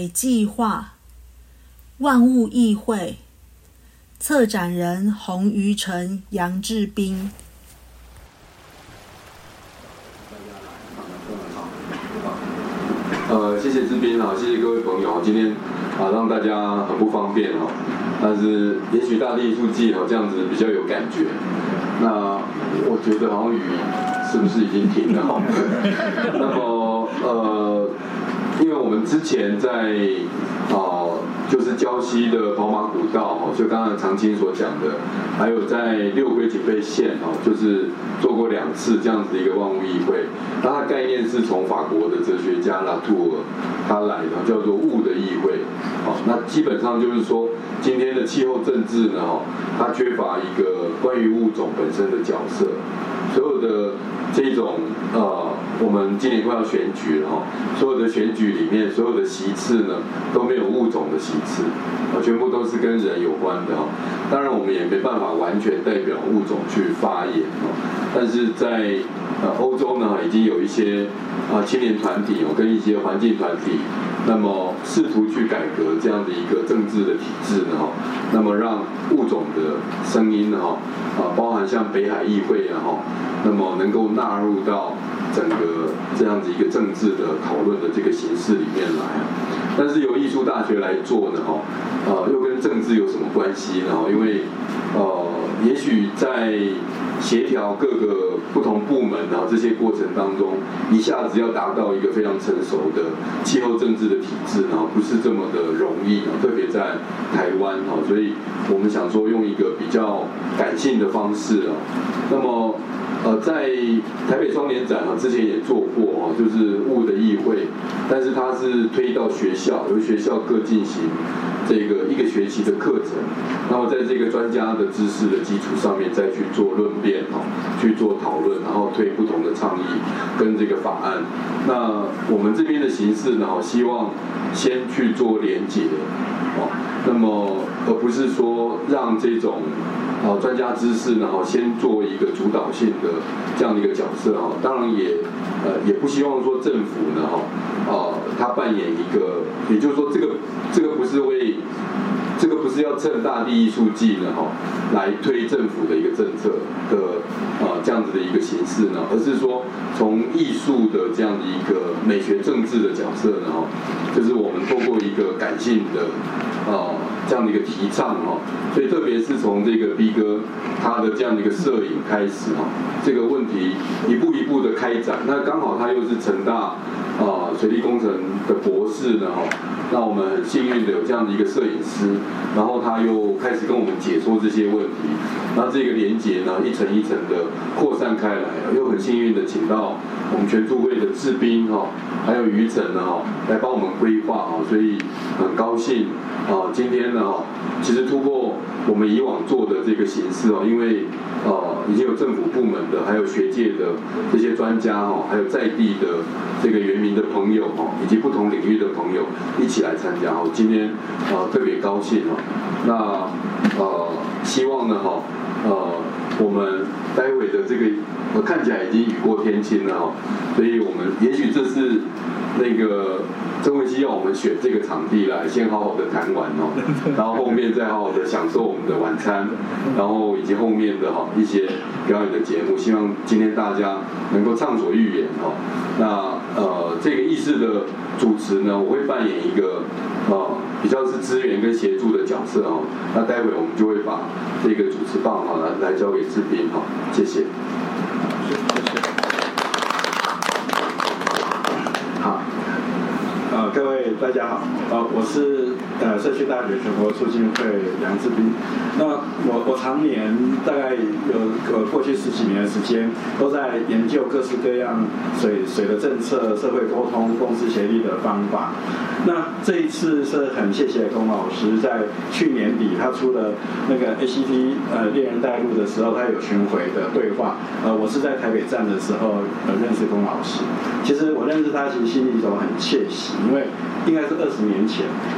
计划，万物议会，策展人洪于成、杨志斌。 谢谢志斌啊，谢谢各位朋友，今天让大家很不方便哦，但是也许大地艺术季这样子比较有感觉。那我觉得好像雨是不是已经停了哈？那么因为我们之前在就是礁溪的跑马古道就刚刚常青所讲的，还有在六龟警备线就是做过2次这样子的一个万物议会。那它概念是从法国的哲学家拉图尔他来的，叫做物的议会。那基本上就是说，今天的气候政治呢，它缺乏一个关于物种本身的角色，所有的这种我们今年快要选举了所有的选举里面，所有的席次呢都没有物种的席次，全部都是跟人有关的当然我们也没办法完全代表物种去发言但是在欧洲呢已经有一些青年团体跟一些环境团体，那么试图去改革这样的一个政治的体制呢那么让物种的声音呢包含像北海议会那么能够纳入到整个这样子一个政治的讨论的这个形式里面来但是由艺术大学来做呢又跟政治有什么关系呢因为也许在协调各个不同部门这些过程当中，一下子要达到一个非常成熟的气候政治的体制不是这么的容易特别在台湾所以我们想说用一个比较感性的方式那么在台北双年展之前也做过就是物的议会，但是它是推到学校，由学校各进行这个1个学期的课程，那么在这个专家的知识的基础上面再去做论辩去做讨论，然后推不同的倡议跟这个法案。那我们这边的形式呢希望先去做连结那么而不是说让这种专家知识呢先做一个主导性的这样的一个角色当然也不希望说政府呢他扮演一个，也就是说这个不是要趁大地艺术季呢来推政府的一个政策的这样子的一个形式呢，而是说从艺术的这样的一个美学政治的角色呢就是我们透过一个感性的这样的一个提倡所以特别是从这个 B 哥他的这样的一个摄影开始这个问题一步一步的开展，那刚好他又是成大水利工程的博士呢那我们很幸运的有这样的一个摄影师，然后他又开始跟我们解说这些问题，那这个连结呢一层一层的扩散开来，又很幸运的请到我们全促会的志斌还有于晨呢来帮我们规划所以很高兴今天呢其实突破我们以往做的这个形式因为已经有政府部门的，还有学界的这些专家还有在地的这个原民的朋友以及不同领域的朋友一起来参加今天特别高兴那希望呢我们待会的这个看起来已经雨过天晴了所以我们也许这是那个郑慧熙要我们选这个场地来先好好的谈完然后后面再好好的享受我们的晚餐，然后以及后面的一些表演的节目，希望今天大家能够畅所欲言那这个议事的主持呢，我会扮演一个比较是支援跟协助的角色那待会我们就会把这个主持棒来交给志斌谢谢。 各位大家好，我是社区大学全国促进会杨志斌。那我常年大概有过去10几年的时间，都在研究各式各样水的政策、社会沟通、共识协力的方法。那这一次是很谢谢龚老师，在去年底他出了那个 ACT 猎人带路的时候，他有巡回的对话。我是在台北站的时候认识龚老师。其实我认识他，其实心里头很窃喜，因为应该是20年前，他翻译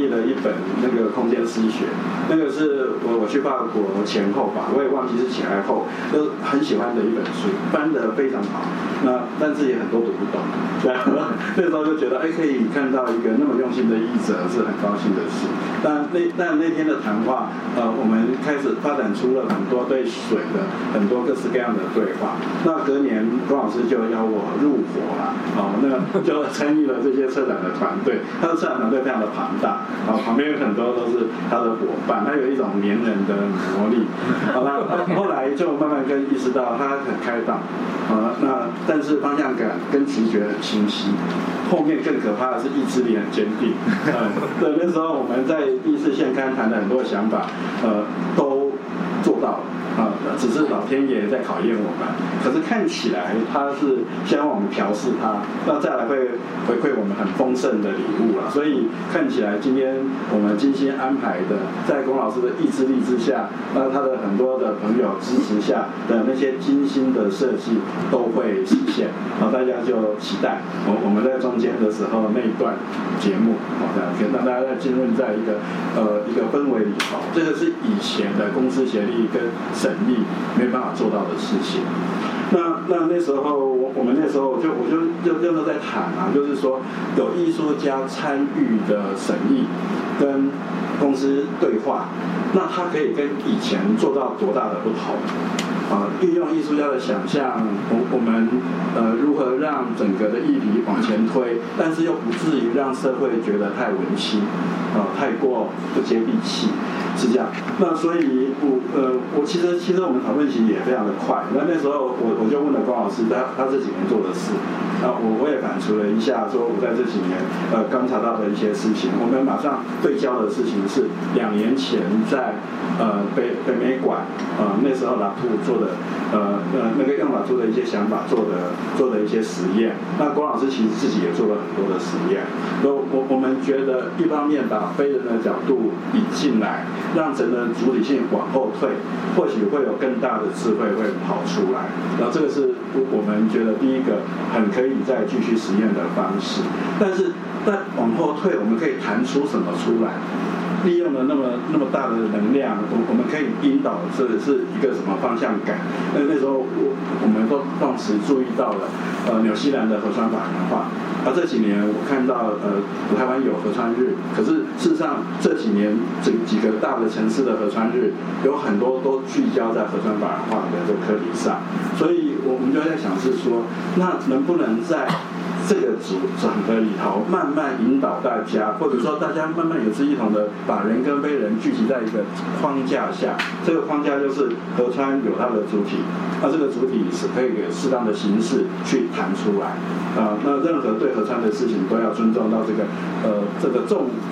译了一本那个空间诗学，那个是我去法国前后吧，我也忘记是前还后，都很喜欢的一本书，翻得非常好。那但是也很多读不懂，对啊，那时候就觉得可以看到一个那么用心的译者是很高兴的事。但那天的谈话，我们开始发展出了很多对水的很多各式各样的对话。那隔年龚老师就邀我入伙了，那就参与了这些策展的团队。他的策展团队非常的庞大，旁边有很多都是他的伙伴，他有一种黏人的魔力。那后来就慢慢意识到他很开放，但是方向感跟直觉很清晰。后面更可怕的是意志力很坚定。对，那时候我们在第四线刊谈的很多想法，都做到了。只是老天爷在考验我们，可是看起来他是希望我们调试他，那再来会回馈我们很丰盛的礼物了。所以看起来今天我们精心安排的，在龚老师的意志力之下，那他的很多的朋友支持下的那些精心的设计都会实现。大家就期待我们在中间的时候那一段节目，可以让大家再浸润在一个氛围里头。这个是以前的公司协力跟省力没办法做到的事情。那时候我们那时候我就在谈就是说有艺术家参与的审议跟公司对话，那他可以跟以前做到多大的不同？运用艺术家的想象，我们如何让整个的议题往前推，但是又不至于让社会觉得太文青，太过不接地气，是这样。那所以我其实我们讨论期也非常的快。那时候我就问了龚老师他这几年做的事，我也反刍了一下，说我在这几年刚查到的一些事情，我们马上对焦的事情是2年前在北美馆那时候拉图做的那个用拉图的一些想法做的一些实验。那龚老师其实自己也做了很多的实验。我们觉得一方面把非人的角度引进来，让整个主体性往后退，或许会有更大的智慧会跑出来。然后这个是我们觉得第一个很可以再继续实验的方式。但是再往后退，我们可以弹出什么出来？利用了那么大的能量，我们可以引导是一个什么方向感？那时候我们都同时注意到了纽西兰的河川法人化。这几年我看到台湾有河川日，可是事实上这几年几个大的城市的河川日有很多都聚焦在河川法人化的这个课题上，所以我们就在想是说，那能不能在这个整个里头慢慢引导大家，或者说大家慢慢有志一同的把人跟非人聚集在一个框架下。这个框架就是河川有它的主体，那这个主体是可以给适当的形式去弹出来。那任何对河川的事情都要尊重到这个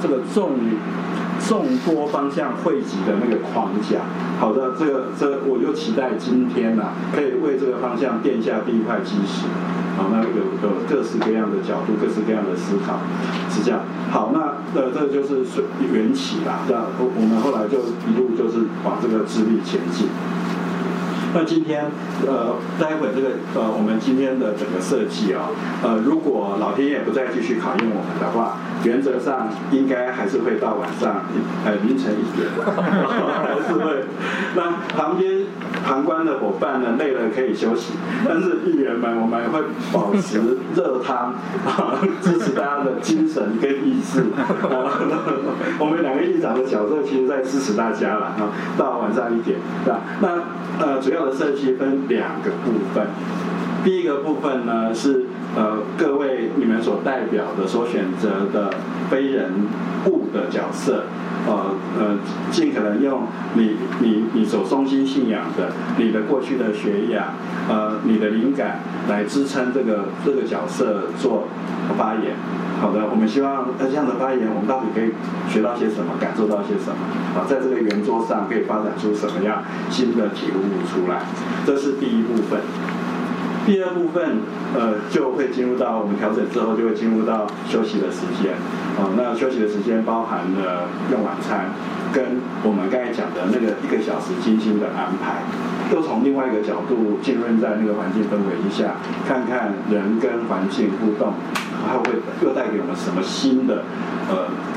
众多方向汇集的那个框架。好的，这我就期待今天可以为这个方向奠下第一块基石。那有各式各样的角度，各式各样的思考，是这样。好，那这个就是缘起啦。这样我们后来就一路就是往这个智力前进。那今天待会这个我们今天的整个设计如果老天爷不再继续考验我们的话，原则上应该还是会到晚上凌晨1点，还是会。那旁观的伙伴呢，累了可以休息，但是议员们我们会保持热汤，支持大家的精神跟意志。我们2个议长的角色其实在支持大家了到晚上1点，对吧？那主要的设计分2个部分。第一个部分呢是各位你们所代表的所选择的非人物的角色，尽可能用你所衷心信仰的，你的过去的学养，你的灵感来支撑这个角色做发言。好的，我们希望这样的发言，我们到底可以学到些什么，感受到些什么？在这个圆桌上可以发展出什么样新的体悟出来？这是第一部分。第二部分就会进入到我们调整之后就会进入到休息的时间。那休息的时间包含了用晚餐，跟我们刚才讲的那个1个小时精心的安排，都从另外一个角度浸润在那个环境氛围之下，看看人跟环境互动，它会又带给我们什么新的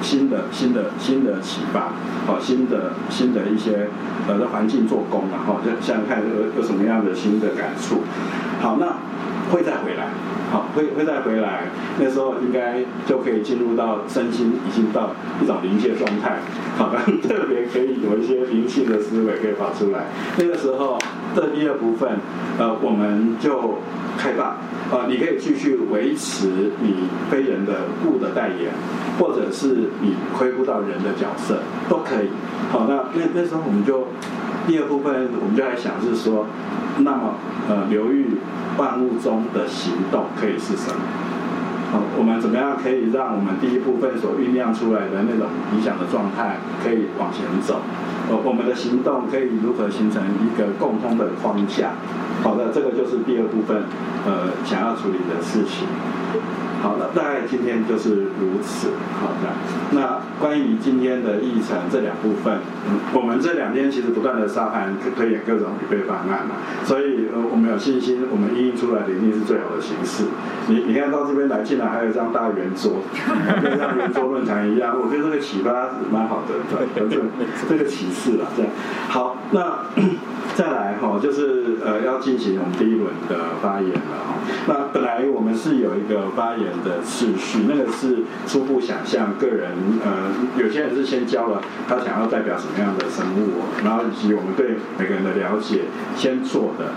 新的启发，新的一些的环境做工嘛，就想想看有什么样的新的感触。好，那会再回来。好，会再回来，那时候应该就可以进入到身心已经到一种临界状态，好，特别可以有一些灵性的思维可以跑出来。那个时候这第二部分，我们就开放，你可以继续维持你非人的物的代言，或者是你恢复到人的角色都可以。好，那时候我们就第二部分我们就来想是说，那么流域万物中的行动可以是什么？我们怎么样可以让我们第一部分所酝酿出来的那种理想的状态可以往前走？我们的行动可以如何形成一个共通的框架？好的，这个就是第二部分想要处理的事情。好了，大概今天就是如此。好的，那关于今天的议程这两部分，我们这2天其实不断的沙盘推演各种预备方案嘛，所以我们有信心，我们印出来的一定是最好的形式。你看到这边来，竟然还有一张大圆桌，就像圆桌论坛一样，我觉得这个启发是蛮好的，这个启示啦，这样。好，那再来就是要进行我们第一轮的发言了。那本来我们是有一个发言的次序，那个是初步想象个人，有些人是先教了他想要代表什么样的生物，然后以及我们对每个人的了解先做的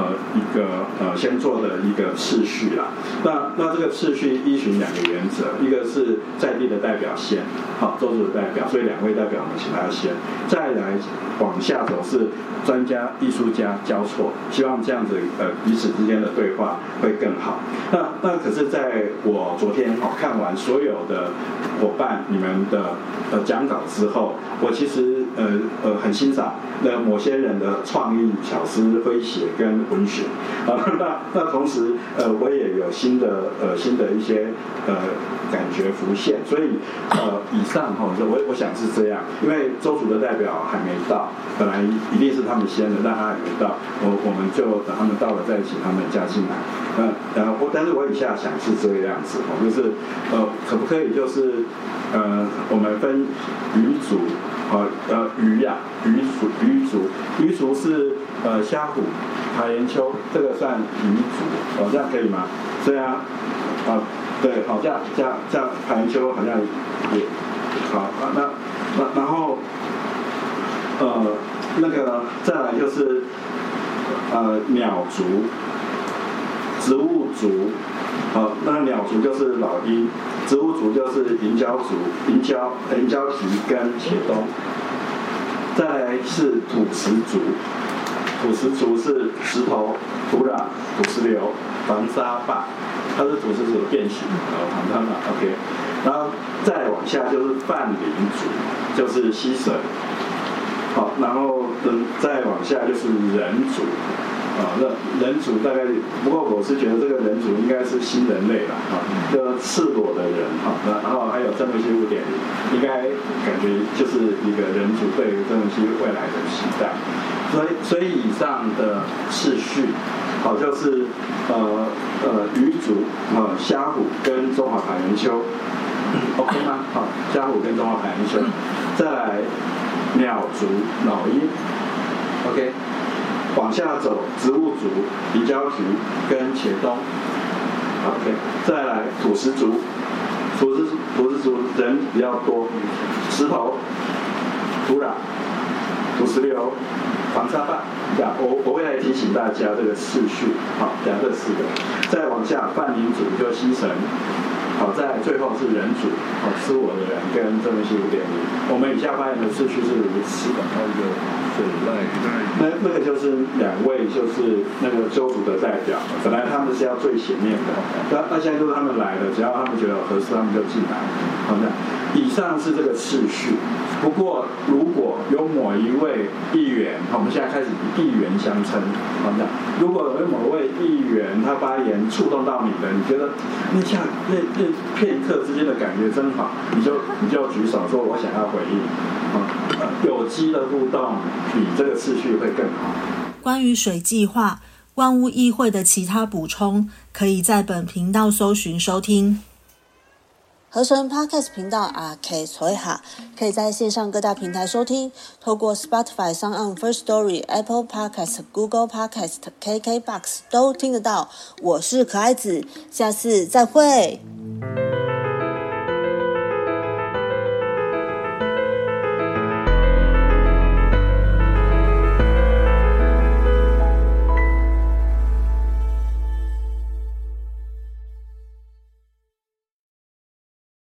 一个次序啦。那这个次序依循2个原则，一个是在地的代表先，好，州主的代表，所以2位代表我们请他先，再来往下走是专家、艺术家交错，希望这样子彼此之间的对话会更好。那可是在我昨天看完所有的伙伴你们的讲稿之后，我其实很欣赏某些人的创意、巧思、诙谐跟文学那同时我也有新的一些感觉浮现，所以以上我想是这样，因为州主的代表还没到，本来一定是他们先的，但他还没到，我们就等他们到了再请他们加进来。但是我以下想是这个样子，就是可不可以就是我们分鱼族鱼族是虾虎、爬岩鳅，这个算鱼族这样可以吗？对啊，对，好，这样爬岩鳅好像也好然后那个再来就是鸟族、植物族，那鸟族就是老鹰，植物族就是银胶族、银胶菊跟茄冬，再来是土石族，土石族是石头、土壤、土石流、防沙坝，它是土石族的变形，防沙坝 OK， 然后再往下就是泛灵族，就是溪水。好，然后再往下就是人族，那人族大概，不过我是觉得这个人族应该是新人类了，就赤裸的人，然后还有郑文熙5.0，应该感觉就是一个人族对于郑文熙未来的期待，所以以上的次序，就是鱼族、虾虎跟中华爬岩鳅 ，OK 吗？好，虾虎跟中华爬岩鳅，再来。鸟族、老鹰 ，OK， 往下走，植物族、银胶菊跟茄冬 ，OK， 再来土石族，土石族人比较多，石头、土壤、土石流、防沙坝，我会来提醒大家这个次序，好，讲这4个，再往下泛灵族就西神。好，在最后是人族，吃我的人跟郑文熙5.0，我们以下发言的次序是如此的。还有一个那个就是2位就是那个州族的代表，本来他们是要最前面的，那现在就是他们来了，只要他们觉得合适，他们就进来。好的，以上是这个次序。不过如果有某一位议员，我们现在开始以议员相称，好的，如果有某位议员他发言触动到你的，你觉得那片刻之间的感觉真好，你就举手说我想要回应，有机的互动比这个次序会更好。 关于水计划、万物议会的其他补充，可以在本频道搜寻收听。 合成 Podcast 频道阿 K 所以哈，可以在线上各大平台收听，透过 Spotify、SoundOn、Firstory、Apple Podcast、Google Podcast、KKBox 都听得到。我是可爱子，下次再会。